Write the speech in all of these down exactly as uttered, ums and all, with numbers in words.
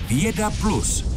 Věda plus.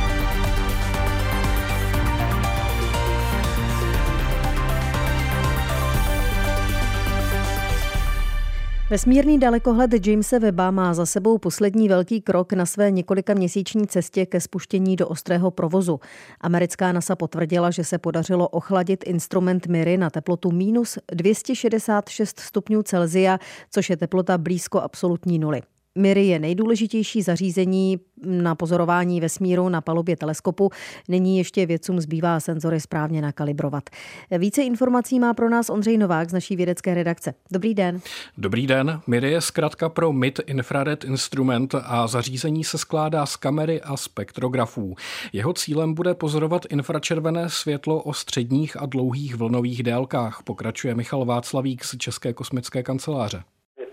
Vesmírný dalekohled Jamese Webba má za sebou poslední velký krok na své několikaměsíční cestě ke spuštění do ostrého provozu. Americká NASA potvrdila, že se podařilo ochladit instrument Miri na teplotu minus dvě stě šedesát šest stupňů Celsia, což je teplota blízko absolutní nuly. Miri je nejdůležitější zařízení na pozorování vesmíru na palubě teleskopu. Nyní ještě vědcům zbývá senzory správně nakalibrovat. Více informací má pro nás Ondřej Novák z naší vědecké redakce. Dobrý den. Dobrý den. Miri je zkratka pro Mid Infrared Instrument a zařízení se skládá z kamery a spektrografů. Jeho cílem bude pozorovat infračervené světlo o středních a dlouhých vlnových délkách, pokračuje Michal Václavík z České kosmické kanceláře.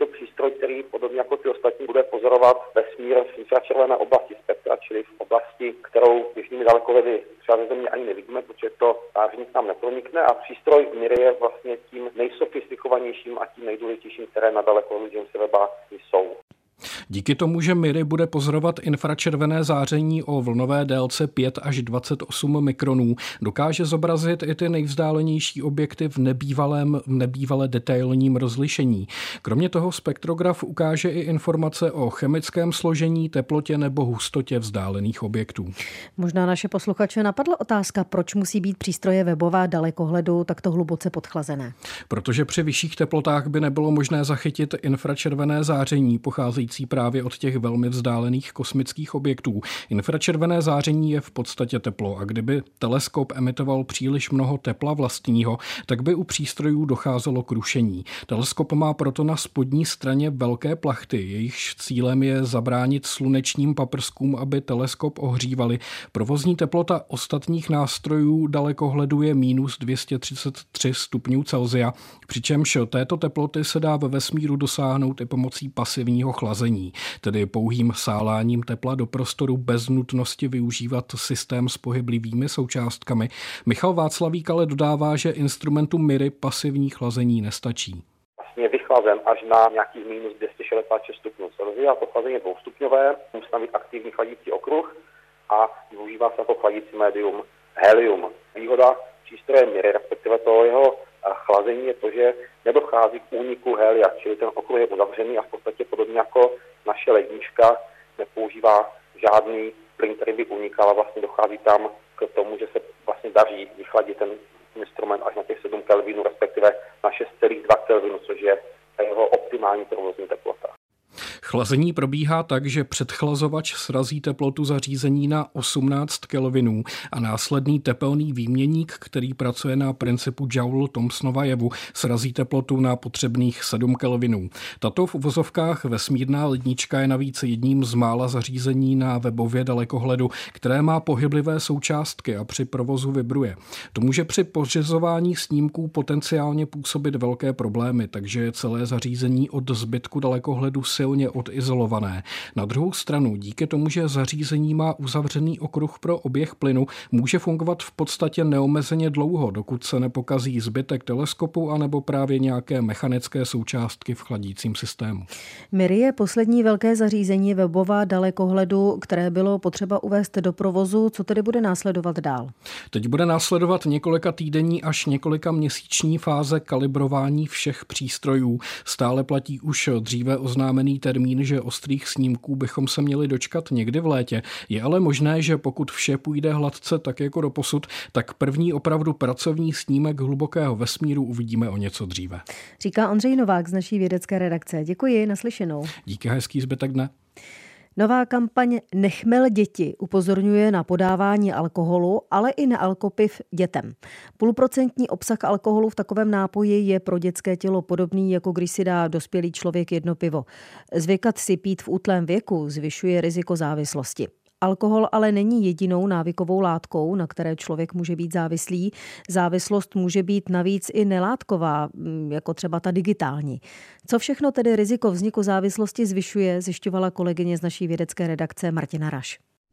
Který podobně jako ty ostatní bude pozorovat vesmír v infračervené oblasti spektra, čili v oblasti, kterou běžnými dalekohledy třeba ze Země ani nevidíme, protože to záření k nám nepronikne, a přístroj Miri je vlastně tím nejsofistikovanějším a tím nejdůležitějším, které na dalekohledu Jamese Webba jsou. Díky tomu, že Miri bude pozorovat infračervené záření o vlnové délce pět až dvacet osm mikronů, dokáže zobrazit i ty nejvzdálenější objekty v nebývalém, nebývale detailním rozlišení. Kromě toho spektrograf ukáže i informace o chemickém složení, teplotě nebo hustotě vzdálených objektů. Možná naše posluchače napadla otázka, proč musí být přístroje Webbova dalekohledu takto hluboce podchlazené. Protože při vyšších teplotách by nebylo možné zachytit infračervené záření pocházející právě od těch velmi vzdálených kosmických objektů. Infračervené záření je v podstatě teplo a kdyby teleskop emitoval příliš mnoho tepla vlastního, tak by u přístrojů docházelo k rušení. Teleskop má proto na spodní straně velké plachty, jejichž cílem je zabránit slunečním paprskům, aby teleskop ohřívali. Provozní teplota ostatních nástrojů dalekohledu je minus dvě stě třicet tři stupňů Celsia, přičemž této teploty se dá ve vesmíru dosáhnout i pomocí pasivního chlazení, tedy pouhým sáláním tepla do prostoru bez nutnosti využívat systém s pohyblivými součástkami. Michal Václavík ale dodává, že instrumentu Miri pasivní chlazení nestačí. Vlastně vychlazen až na nějakých minus dvě stě šedesát šest stupňů Celsia, to chlazení je dvoustupňové, musí tam být aktivní chladící okruh a využívá se jako chladící médium helium. Výhoda přístroje Miri, respektive toho jeho chlazení, je to, že nedochází k úniku helia, čili ten okruh je uzavřený a v podstatě podobně jako naše lednička nepoužívá žádný plyn, který by unikal, a vlastně dochází tam k tomu, že se vlastně daří vychladit ten instrument až na těch sedm kelvinů, respektive na šest celá dva kelvinu, což je jeho optimální provozní teplota. Chlazení probíhá tak, že předchlazovač srazí teplotu zařízení na osmnáct kelvinů a následný tepelný výměník, který pracuje na principu Joule-Thomsonova jevu, srazí teplotu na potřebných sedm kelvinů. Tato v uvozovkách vesmírná lednička je navíc jedním z mála zařízení na Webbově dalekohledu, které má pohyblivé součástky a při provozu vibruje. To může při pořizování snímků potenciálně působit velké problémy, takže je celé zařízení od zbytku dalekohledu silně odizolované. Na druhou stranu, díky tomu, že zařízení má uzavřený okruh pro oběh plynu, může fungovat v podstatě neomezeně dlouho, dokud se nepokazí zbytek teleskopu anebo právě nějaké mechanické součástky v chladícím systému. Miri je poslední velké zařízení Webbova dalekohledu, které bylo potřeba uvést do provozu. Co tedy bude následovat dál? Teď bude následovat několika týdenní až několika měsíční fáze kalibrování všech přístrojů. Stále platí už dříve oznámený termín, že ostrých snímků bychom se měli dočkat někdy v létě. Je ale možné, že pokud vše půjde hladce tak jako doposud, tak první opravdu pracovní snímek hlubokého vesmíru uvidíme o něco dříve. Říká Ondřej Novák z naší vědecké redakce. Děkuji, naslyšenou. Díky, hezký zbytek dne. Nová kampaň Nechmel děti upozorňuje na podávání alkoholu, ale i na alkopiv dětem. Půlprocentní obsah alkoholu v takovém nápoji je pro dětské tělo podobný, jako když si dá dospělý člověk jedno pivo. Zvykat si pít v útlém věku zvyšuje riziko závislosti. Alkohol ale není jedinou návykovou látkou, na které člověk může být závislý. Závislost může být navíc i nelátková, jako třeba ta digitální. Co všechno tedy riziko vzniku závislosti zvyšuje, zjišťovala kolegyně z naší vědecké redakce Martina Raš.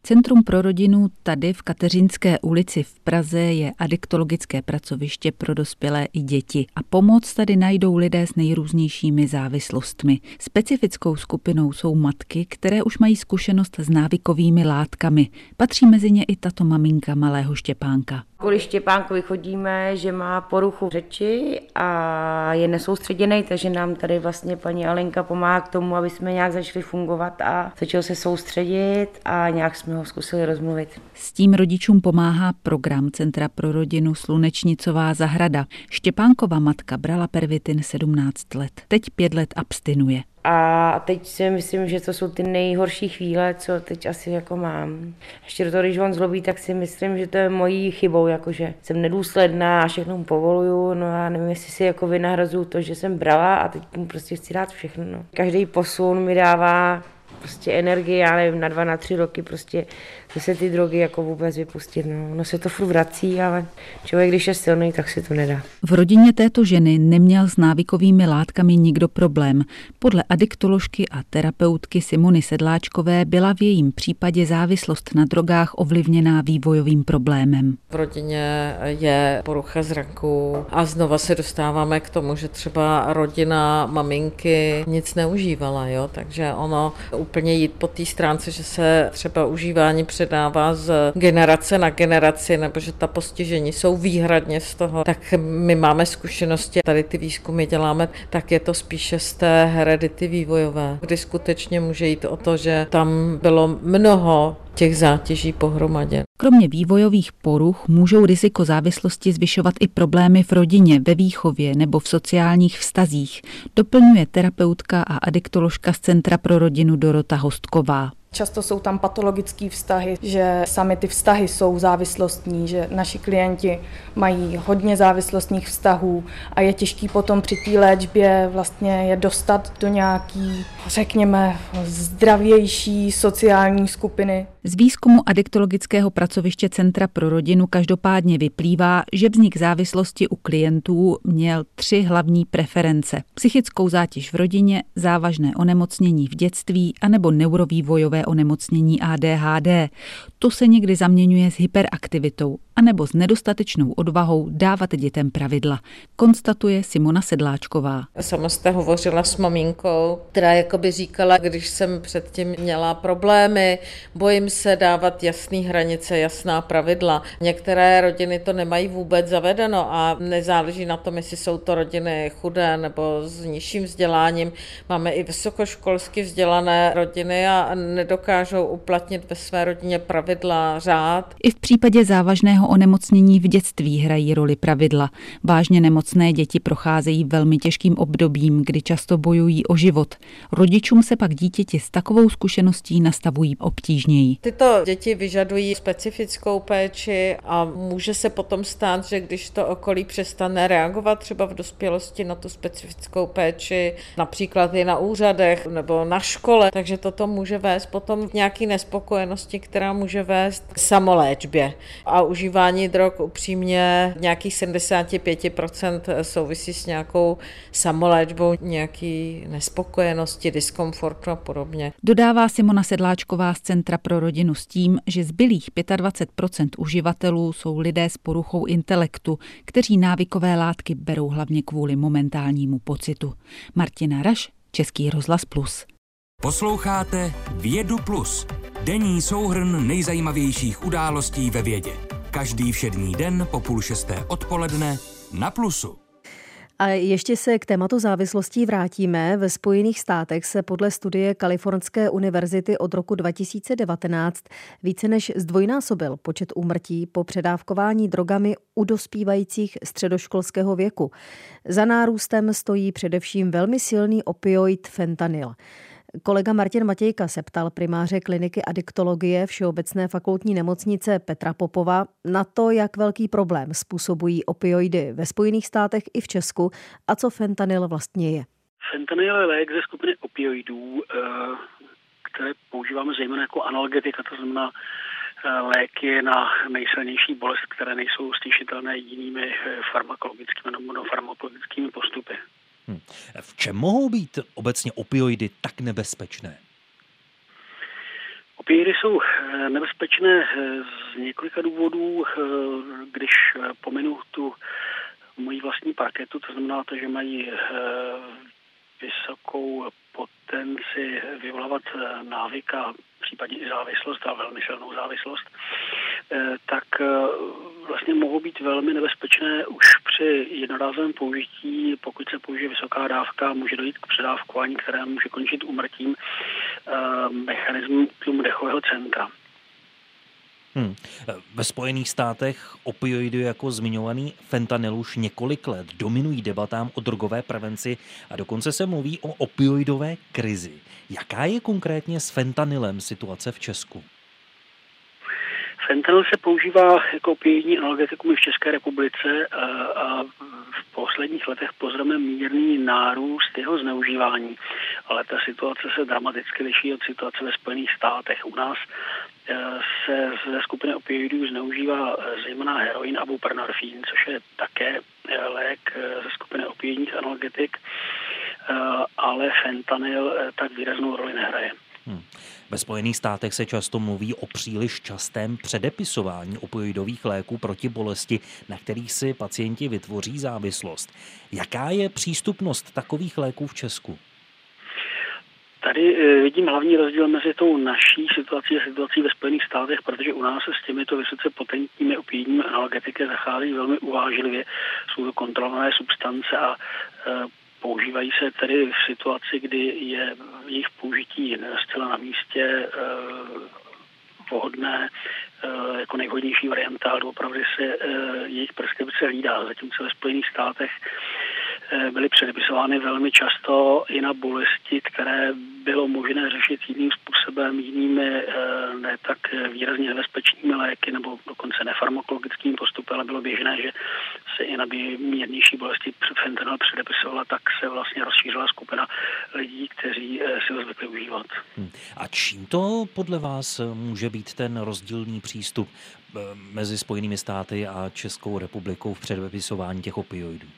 Centrum pro rodinu tady v Kateřínské ulici v Praze je adiktologické pracoviště pro dospělé i děti a pomoc tady najdou lidé s nejrůznějšími závislostmi. Specifickou skupinou jsou matky, které už mají zkušenost s návykovými látkami. Patří mezi ně i tato maminka malého Štěpánka. Kvůli Štěpánkovi chodíme, že má poruchu řeči a je nesoustředěný, takže nám tady vlastně paní Alenka pomáhá k tomu, aby jsme nějak začali fungovat a začal se soustředit a nějak jsme ho zkusili rozmluvit. S tím rodičům pomáhá program Centra pro rodinu Slunečnicová zahrada. Štěpánkova matka brala pervitin sedmnáct let, teď pět let abstinuje. A teď si myslím, že to jsou ty nejhorší chvíle, co teď asi jako mám. Ještě do toho, když on zlobí, tak si myslím, že to je mojí chybou, jakože jsem nedůsledná a všechno mu povoluju, no a nevím, jestli si jako vynahrazuju to, že jsem brala a teď mu prostě chci dát všechno. No. Každý posun mi dává prostě energii, já nevím, na dva, na tři roky prostě zase ty drogy jako vůbec vypustit. No, no se to furt vrací, ale člověk, když je silný, tak si to nedá. V rodině této ženy neměl s návykovými látkami nikdo problém. Podle adiktoložky a terapeutky Simony Sedláčkové byla v jejím případě závislost na drogách ovlivněná vývojovým problémem. V rodině je porucha zraku a znova se dostáváme k tomu, že třeba rodina maminky nic neužívala, jo? Takže ono úplně jít po té stránce, že se třeba užívání předává z generace na generaci, nebo že ta postižení jsou výhradně z toho, tak my máme zkušenosti, tady ty výzkumy děláme, tak je to spíše z té heredity vývojové, kdy skutečně může jít o to, že tam bylo mnoho těch zátěží pohromadě. Kromě vývojových poruch můžou riziko závislosti zvyšovat i problémy v rodině, ve výchově nebo v sociálních vztazích, doplňuje terapeutka a adiktoložka z Centra pro rodinu Dorota Hostková. Často jsou tam patologické vztahy, že sami ty vztahy jsou závislostní, že naši klienti mají hodně závislostních vztahů a je těžký potom při té léčbě vlastně je dostat do nějaký, řekněme, zdravější sociální skupiny. Z výzkumu adiktologického pracoviště Centra pro rodinu každopádně vyplývá, že vznik závislosti u klientů měl tři hlavní preference. Psychickou zátěž v rodině, závažné onemocnění v dětství anebo neurovývojové onemocnění A D H D. To se někdy zaměňuje s hyperaktivitou anebo s nedostatečnou odvahou dávat dětem pravidla, konstatuje Simona Sedláčková. Sama jste hovořila s maminkou, která jakoby říkala, když jsem předtím měla problémy, bojím se dávat jasné hranice, jasná pravidla. Některé rodiny to nemají vůbec zavedeno a nezáleží na tom, jestli jsou to rodiny chudé nebo s nižším vzděláním. Máme i vysokoškolsky vzdělané rodiny a nedokážou uplatnit ve své rodině pravidla, řád. I v případě závažného onemocnění v dětství hrají roli pravidla. Vážně nemocné děti procházejí velmi těžkým obdobím, kdy často bojují o život. Rodičům se pak dítěti s takovou zkušeností nastavují obtížněji. Tyto děti vyžadují specifickou péči a může se potom stát, že když to okolí přestane reagovat třeba v dospělosti na tu specifickou péči, například i na úřadech nebo na škole, takže toto může vést potom k nějaké nespokojenosti, která může vést k samoléčbě. A užívání drog upřímně nějakých sedmdesát pět procent souvisí s nějakou samoléčbou, nějaký nespokojenosti, diskomfortu a podobně. Dodává Simona Sedláčková z Centra pro rodinu s tím, že zbylých dvacet pět procent uživatelů jsou lidé s poruchou intelektu, kteří návykové látky berou hlavně kvůli momentálnímu pocitu. Martina Raš, Český rozhlas Plus. Posloucháte Vědu Plus, denní souhrn nejzajímavějších událostí ve vědě. Každý všední den po půl šesté odpoledne na Plusu. A ještě se k tématu závislostí vrátíme. Ve Spojených státech se podle studie Kalifornské univerzity od roku dva tisíce devatenáct více než zdvojnásobil počet úmrtí po předávkování drogami u dospívajících středoškolského věku. Za nárůstem stojí především velmi silný opioid fentanyl. Kolega Martin Matějka se ptal primáře kliniky adiktologie Všeobecné fakultní nemocnice Petra Popova na to, jak velký problém způsobují opioidy ve Spojených státech i v Česku a co fentanyl vlastně je. Fentanyl je lék ze skupiny opioidů, které používáme zejména jako analgetika, to znamená léky na nejsilnější bolest, které nejsou snížitelné jinými farmakologickými nebo monofarmakologickými postupy. Hmm. V čem mohou být obecně opioidy tak nebezpečné? Opioidy jsou nebezpečné z několika důvodů, když pominu tu moji vlastní parketu, to znamená to, že mají vysokou potenci vyvolávat návyk a případně i závislost a velmi silnou závislost, tak vlastně mohou být velmi nebezpečné už při jednorázovém použití. Pokud se použije vysoká dávka, může dojít k předávkování, které může končit úmrtím mechanismu dechového centra. Hmm. Ve Spojených státech opioidy jako zmiňovaný fentanyl už několik let dominují debatám o drogové prevenci a dokonce se mluví o opioidové krizi. Jaká je konkrétně s fentanylem situace v Česku? Fentanyl se používá jako opioidní analgetikum i v České republice a v posledních letech pozorujeme mírný nárůst jeho zneužívání, ale ta situace se dramaticky liší od situace ve Spojených státech. U nás se ze skupiny opioidů zneužívá zejména heroin a buprenorfín, což je také lék ze skupiny opioidních analgetik, ale fentanyl tak výraznou roli nehraje. Hmm. Ve Spojených státech se často mluví o příliš častém předepisování opioidových léků proti bolesti, na kterých si pacienti vytvoří závislost. Jaká je přístupnost takových léků v Česku? Tady vidím hlavní rozdíl mezi tou naší situací a situací ve Spojených státech, protože u nás se s těmito vysoce potentními opioidními analgetiky zachází velmi uvážlivě. Jsou to kontrolované substance a používají se tedy v situaci, kdy je jejich použití zcela na místě vhodné, jako nejvhodnější varianta, ale opravdu se jejich preskripce hlídá. Zatímco ve Spojených státech byly předepisovány velmi často i na bolesti, které bylo možné řešit jiným způsobem, jinými ne tak výrazně nebezpečnými léky nebo dokonce nefarmakologickými postupy, ale bylo běžné, že se i na mírnější bolesti fentanyl předepisovala, tak se vlastně rozšířila skupina lidí, kteří si ho zvykli užívat. A čím to podle vás může být ten rozdílný přístup mezi Spojenými státy a Českou republikou v předepisování těch opioidů?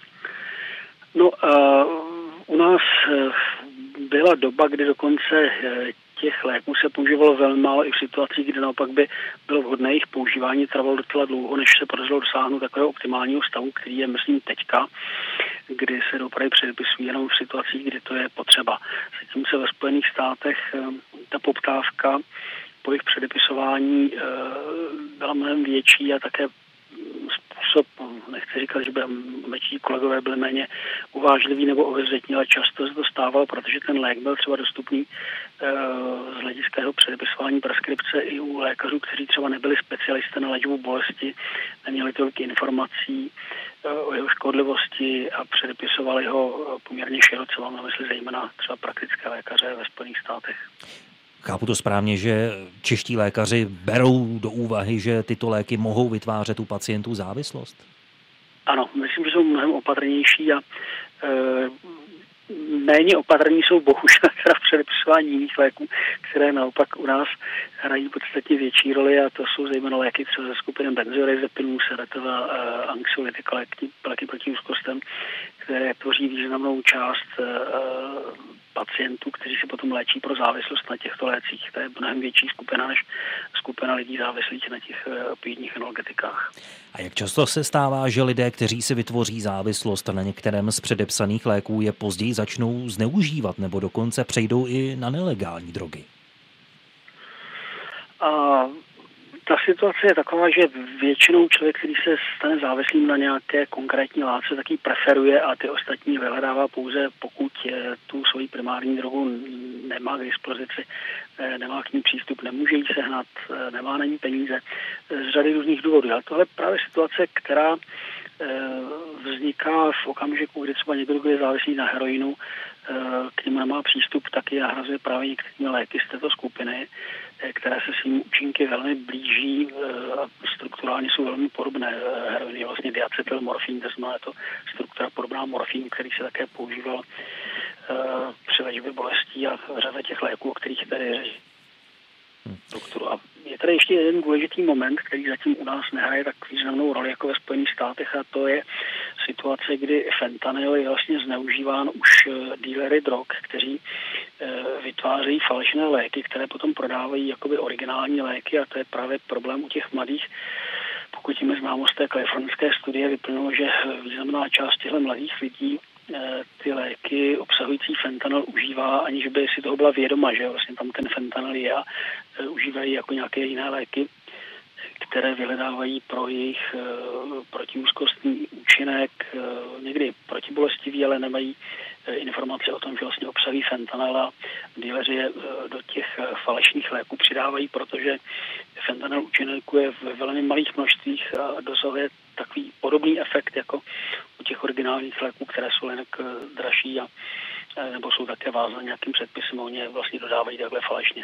No, uh, u nás uh, byla doba, kdy dokonce uh, těch léků se používalo velmi málo i v situacích, kdy naopak by bylo vhodné jejich používání, trvalo docela dlouho, než se podařilo dosáhnout takového optimálního stavu, který je, myslím, teďka, kdy se dopravy předepisují jenom v situacích, kdy to je potřeba. Zatímco ve Spojených státech uh, ta poptávka po jejich předepisování uh, byla mnohem větší a také způsob, nechci říkat, že by mečí kolegové byli méně uvážliví nebo obezřetní, ale často se to stávalo, protože ten lék byl třeba dostupný z hlediska jeho předepisování preskripce i u lékařů, kteří třeba nebyli specialisté na léčbu bolesti, neměli tolik informací o jeho škodlivosti a předepisovali ho poměrně široce, mám na mysli zejména třeba praktické lékaře ve Spojených státech. Chápu to správně, že čeští lékaři berou do úvahy, že tyto léky mohou vytvářet u pacientů závislost? Ano, myslím, že jsou mnohem opatrnější a e, méně opatrní jsou bohužel v předepisování jiných léků, které naopak u nás hrají podstatně větší roli a to jsou zejména léky třeba ze skupiny benzodiazepinů, sedativa, e, anxiolytika, léky, léky proti úzkostem, které tvoří významnou část e, pacientů, kteří se potom léčí pro závislost na těchto lécích. To je mnohem větší skupina než skupina lidí závislých na těch opioidních analgetikách. A jak často se stává, že lidé, kteří si vytvoří závislost na některém z předepsaných léků, je později začnou zneužívat nebo dokonce přejdou i na nelegální drogy? A ta situace je taková, že většinou člověk, který se stane závislým na nějaké konkrétní látce, tak ji preferuje a ty ostatní vyhledává pouze, pokud tu svoji primární drogu nemá k dispozici, nemá k ní přístup, nemůže jí sehnat, nemá na ní peníze z řady různých důvodů. Ale tohle je právě situace, která vzniká v okamžiku, kdy třeba někdo, kdo je závislý na heroinu, k němu nemá přístup, tak ji nahrazuje právě některými léky z této skupiny, které se svým účinky velmi blíží a strukturálně jsou velmi podobné. Heroin je vlastně diacetylmorfín, to znamená to struktura podobná morfínu, který se také používal při léčbě bolestí a řada těch léků, o kterých tady řeší strukturu. A je tady ještě jeden důležitý moment, který zatím u nás nehraje tak významnou roli jako ve Spojených státech, a to je situace, kdy fentanyl je vlastně zneužíván už dílery drog, kteří vytvářejí falešné léky, které potom prodávají jakoby originální léky a to je právě problém u těch mladých. Pokud jim známo z té kalifornské studie vyplnilo, že významná část těchto mladých lidí ty léky obsahující fentanyl užívá, aniž by si toho byla vědoma, že vlastně tam ten fentanyl je a užívají jako nějaké jiné léky, které vyhledávají pro jejich protiúzkostný účinek, někdy protibolestivý, ale nemají informace o tom, že vlastně obsahují fentanyl a dealeři je do těch falešných léků přidávají, protože fentanyl účinkuje v velmi malých množstvích a dosahuje takový podobný efekt jako u těch originálních léků, které jsou jinak dražší a nebo jsou také vázány nějakým předpisem, oni je vlastně dodávají takhle falešně.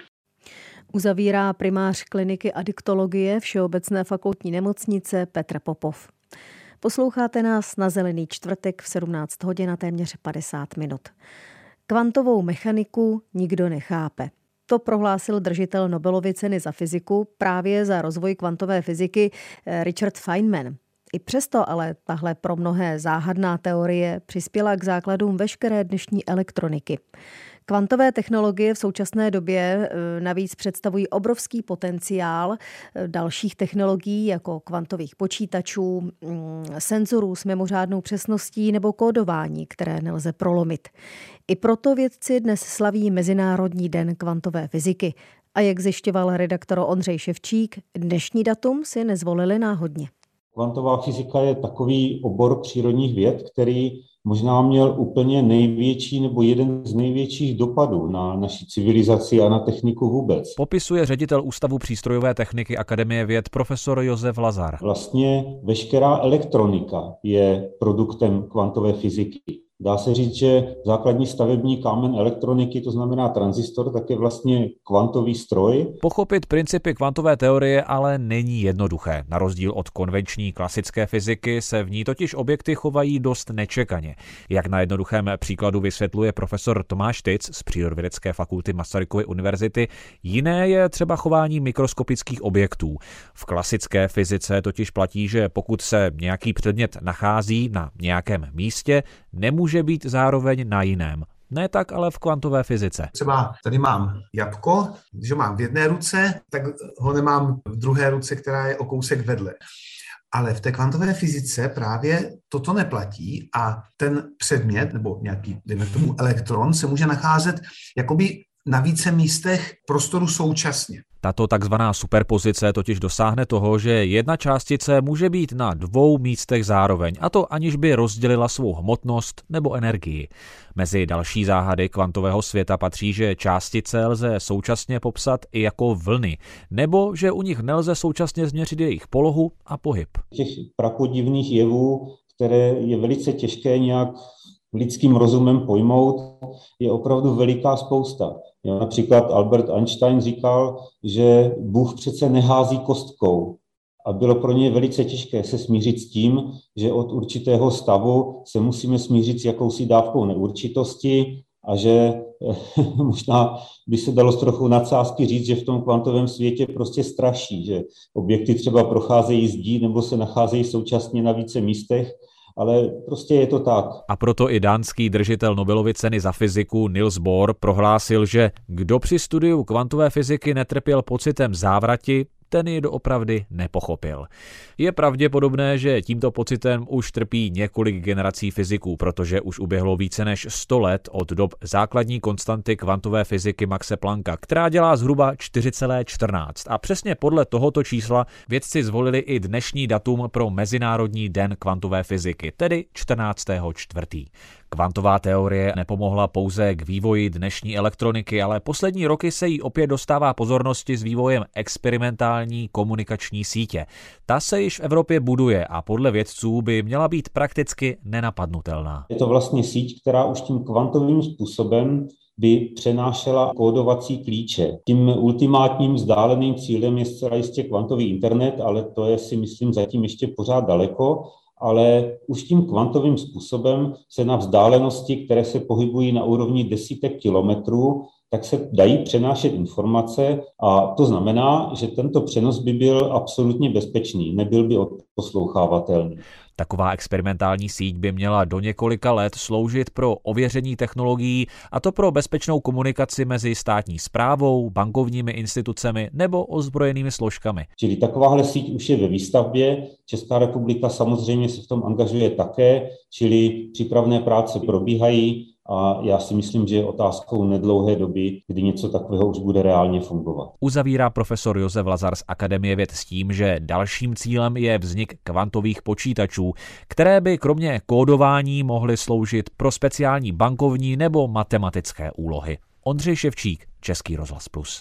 Uzavírá primář kliniky adiktologie Všeobecné fakultní nemocnice Petr Popov. Posloucháte nás na Zelený čtvrtek v sedmnáct hodin a téměř padesát minut. Kvantovou mechaniku nikdo nechápe. To prohlásil držitel Nobelovy ceny za fyziku právě za rozvoj kvantové fyziky Richard Feynman. I přesto ale tahle pro mnohé záhadná teorie přispěla k základům veškeré dnešní elektroniky. Kvantové technologie v současné době navíc představují obrovský potenciál dalších technologií jako kvantových počítačů, senzorů s mimořádnou přesností nebo kódování, které nelze prolomit. I proto vědci dnes slaví Mezinárodní den kvantové fyziky. A jak zjišťoval redaktor Ondřej Ševčík, dnešní datum si nezvolili náhodně. Kvantová fyzika je takový obor přírodních věd, který možná měl úplně největší nebo jeden z největších dopadů na naši civilizaci a na techniku vůbec. Popisuje ředitel Ústavu přístrojové techniky Akademie věd profesor Josef Lazar. Vlastně veškerá elektronika je produktem kvantové fyziky. Dá se říct, že základní stavební kámen elektroniky, to znamená tranzistor, tak je vlastně kvantový stroj. Pochopit principy kvantové teorie ale není jednoduché. Na rozdíl od konvenční klasické fyziky se v ní totiž objekty chovají dost nečekaně. Jak na jednoduchém příkladu vysvětluje profesor Tomáš Tyc z Přírodovědecké fakulty Masarykovy univerzity, jiné je třeba chování mikroskopických objektů. V klasické fyzice totiž platí, že pokud se nějaký předmět nachází na nějakém místě, nemůže může být zároveň na jiném. Ne tak ale v kvantové fyzice. Třeba tady mám jabko, když ho mám v jedné ruce, tak ho nemám v druhé ruce, která je o kousek vedle. Ale v té kvantové fyzice právě toto neplatí a ten předmět, nebo nějaký, dejme tomu elektron, se může nacházet jakoby na více místech prostoru současně. Tato takzvaná superpozice totiž dosáhne toho, že jedna částice může být na dvou místech zároveň, a to aniž by rozdělila svou hmotnost nebo energii. Mezi další záhady kvantového světa patří, že částice lze současně popsat i jako vlny, nebo že u nich nelze současně změřit jejich polohu a pohyb. Těch prapodivných jevů, které je velice těžké nějak lidským rozumem pojmout, je opravdu veliká spousta. Jo, například Albert Einstein říkal, že Bůh přece nehází kostkou a bylo pro něj velice těžké se smířit s tím, že od určitého stavu se musíme smířit s jakousi dávkou neurčitosti a že možná by se dalo z trochu nadsázky říct, že v tom kvantovém světě prostě straší, že objekty třeba procházejí zdí nebo se nacházejí současně na více místech, ale prostě je to tak. A proto i dánský držitel Nobelovy ceny za fyziku Niels Bohr prohlásil, že kdo při studiu kvantové fyziky netrpěl pocitem závrati, ten ji doopravdy nepochopil. Je pravděpodobné, že tímto pocitem už trpí několik generací fyziků, protože už uběhlo více než sto let od dob základní konstanty kvantové fyziky Maxe Plancka, která dělá zhruba čtyři celá čtrnáct. A přesně podle tohoto čísla vědci zvolili i dnešní datum pro Mezinárodní den kvantové fyziky, tedy čtrnáctého čtvrtého Kvantová teorie nepomohla pouze k vývoji dnešní elektroniky, ale poslední roky se jí opět dostává pozornosti s vývojem experimentální komunikační sítě. Ta se již v Evropě buduje a podle vědců by měla být prakticky nenapadnutelná. Je to vlastně síť, která už tím kvantovým způsobem by přenášela kódovací klíče. Tím ultimátním vzdáleným cílem je zcela jistě kvantový internet, ale to je, si myslím, zatím ještě pořád daleko. Ale už tím kvantovým způsobem se na vzdálenosti, které se pohybují na úrovni desítek kilometrů, tak se dají přenášet informace a to znamená, že tento přenos by byl absolutně bezpečný, nebyl by odposlouchávatelný. Taková experimentální síť by měla do několika let sloužit pro ověření technologií, a to pro bezpečnou komunikaci mezi státní správou, bankovními institucemi nebo ozbrojenými složkami. Čili takováhle síť už je ve výstavbě. Česká republika samozřejmě se v tom angažuje také, čili přípravné práce probíhají a já si myslím, že je otázkou nedlouhé doby, kdy něco takového už bude reálně fungovat. Uzavírá profesor Josef Lazar z Akademie věd s tím, že dalším cílem je vznik kvantových počítačů, které by kromě kódování mohly sloužit pro speciální bankovní nebo matematické úlohy. Ondřej Ševčík, Český rozhlas Plus.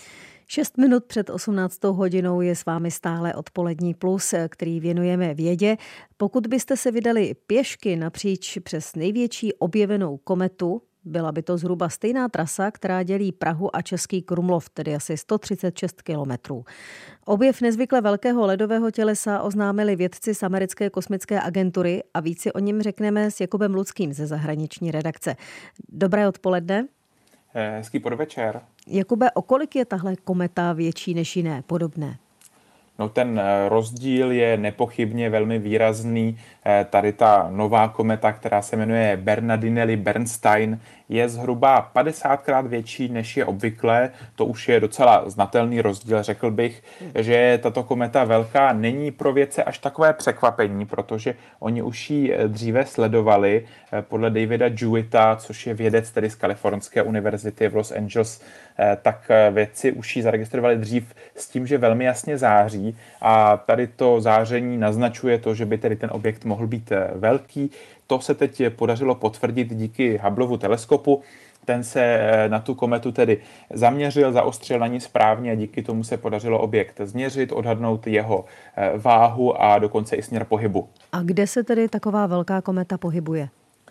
Šest minut před osmnáctou hodinou je s vámi stále Odpolední plus, který věnujeme vědě. Pokud byste se vydali pěšky napříč přes největší objevenou kometu, byla by to zhruba stejná trasa, která dělí Prahu a Český Krumlov, tedy asi sto třicet šest kilometrů. Objev nezvykle velkého ledového tělesa oznámili vědci z americké kosmické agentury a víc si o něm řekneme s Jakubem Luckým ze zahraniční redakce. Dobré odpoledne. Hezký podvečer. Jakube, o kolik je tahle kometa větší než jiné podobné? No ten rozdíl je nepochybně velmi výrazný. Tady ta nová kometa, která se jmenuje Bernardinelli-Bernstein, je zhruba padesátkrát větší, než je obvyklé. To už je docela znatelný rozdíl. Řekl bych, že tato kometa velká není pro vědce až takové překvapení, protože oni už ji dříve sledovali. Podle Davida Jewitta, což je vědec tedy z Kalifornské univerzity v Los Angeles, tak vědci už ji zaregistrovali dřív s tím, že velmi jasně září. A tady to záření naznačuje to, že by tedy ten objekt mohl být velký. To se teď podařilo potvrdit díky Hubbleovu teleskopu. Ten se na tu kometu tedy zaměřil, zaostřil na ní správně a díky tomu se podařilo objekt změřit, odhadnout jeho váhu a dokonce i směr pohybu. A kde se tedy taková velká kometa pohybuje?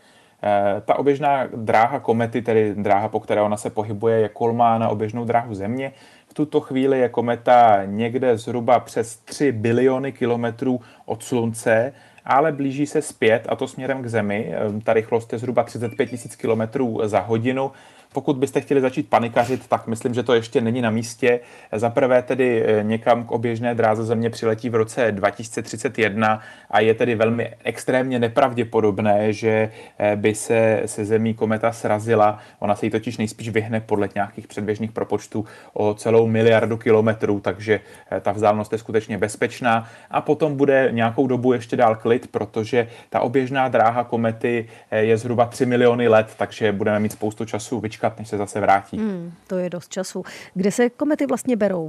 Ta oběžná dráha komety, tedy dráha, po které ona se pohybuje, je kolmá na oběžnou dráhu Země. V tuto chvíli je kometa někde zhruba přes tři biliony kilometrů od Slunce, ale blíží se zpět, a to směrem k Zemi. Ta rychlost je zhruba třicet pět tisíc kilometrů za hodinu. Pokud byste chtěli začít panikařit, tak myslím, že to ještě není na místě. Za prvé tedy někam k oběžné dráze Země přiletí v roce dva tisíce třicet jedna a je tedy velmi extrémně nepravděpodobné, že by se se Zemí kometa srazila. Ona se jí totiž nejspíš vyhne podle nějakých předběžných propočtů o celou miliardu kilometrů, takže ta vzdálenost je skutečně bezpečná. A potom bude nějakou dobu ještě dál klid, protože ta oběžná dráha komety je zhruba tři miliony let, takže budeme mít spoustu času vyčkat, než se zase vrátí. Hmm, to je dost času. Kde se komety vlastně berou?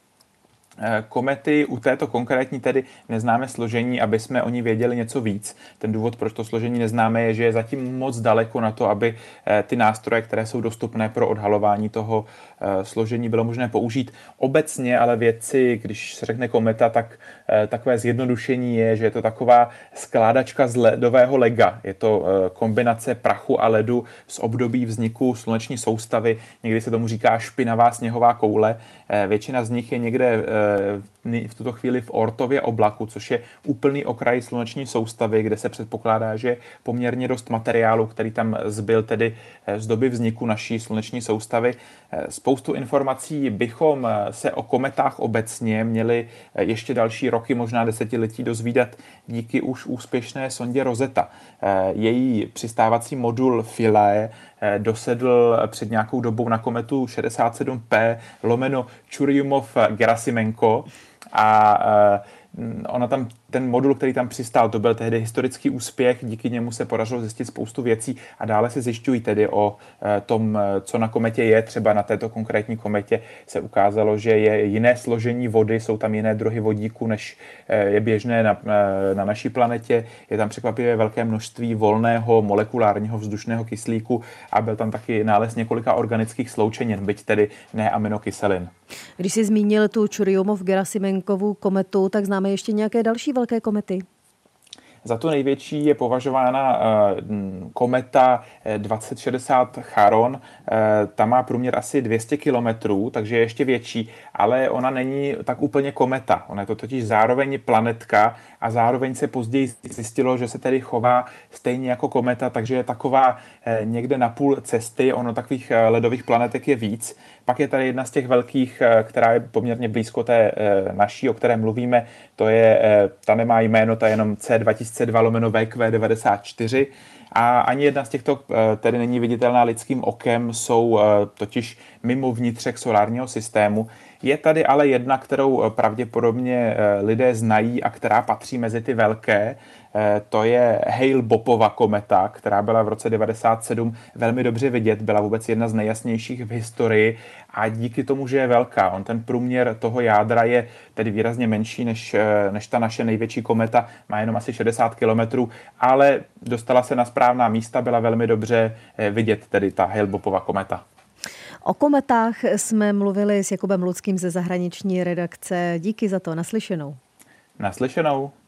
Komety u této konkrétní tedy neznáme složení, aby jsme o ní věděli něco víc. Ten důvod, proč to složení neznáme, je, že je zatím moc daleko na to, aby ty nástroje, které jsou dostupné pro odhalování toho složení, bylo možné použít. Obecně ale vědci, když se řekne kometa, tak takové zjednodušení je, že je to taková skládačka z ledového lega. Je to kombinace prachu a ledu z období vzniku sluneční soustavy. Někdy se tomu říká špinavá sněhová koule. Většina z nich je někde v tuto chvíli v Ortově oblaku, což je úplný okraj sluneční soustavy, kde se předpokládá, že je poměrně dost materiálu, který tam zbyl tedy z doby vzniku naší sluneční soustavy. Spoustu informací bychom se o kometách obecně měli ještě další roky, možná desetiletí dozvídat díky už úspěšné sondě Rosetta. Její přistávací modul Philae dosedl před nějakou dobou na kometu šedesát sedm P lomeno Churyumov-Gerasimenko a ona tam, ten modul, který tam přistál, to byl tehdy historický úspěch, díky němu se podařilo zjistit spoustu věcí a dále se zjišťují tedy o tom, co na kometě je. Třeba na této konkrétní kometě se ukázalo, že je jiné složení vody, jsou tam jiné druhy vodíku, než je běžné na, na naší planetě. Je tam překvapivě velké množství volného molekulárního vzdušného kyslíku a byl tam taky nález několika organických sloučenin, byť tedy ne aminokyselin. Když jsi zmínil tu Churyumov-Gerasimenkovu kometu, tak známe ještě nějaké další velké komety? Za tu největší je považována kometa dvacet šedesát Charon. Ta má průměr asi dvě stě kilometrů, takže je ještě větší. ale ona není tak úplně kometa. Ona je to totiž zároveň planetka a zároveň se později zjistilo, že se tedy chová stejně jako kometa, takže je taková někde na půl cesty. Ono takových ledových planetek je víc. Pak je tady jedna z těch velkých, která je poměrně blízko té naší, o které mluvíme. To je, ta nemá jméno, ta je jenom C dva tisíce dva lomeno V Q devadesát čtyři. A ani jedna z těchto tedy není viditelná lidským okem, jsou totiž mimo vnitřek solárního systému. Je tady ale jedna, kterou pravděpodobně lidé znají a která patří mezi ty velké. To je Hale-Boppova kometa, která byla v roce devadesát sedm velmi dobře vidět, byla vůbec jedna z nejjasnějších v historii a díky tomu, že je velká, on ten průměr toho jádra je tedy výrazně menší než, než ta naše největší kometa, má jenom asi šedesát kilometrů, ale dostala se na správná místa, byla velmi dobře vidět tedy ta Hale-Boppova kometa. O kometách jsme mluvili s Jakubem Luckým ze zahraniční redakce. Díky za to, naslyšenou. Naslyšenou.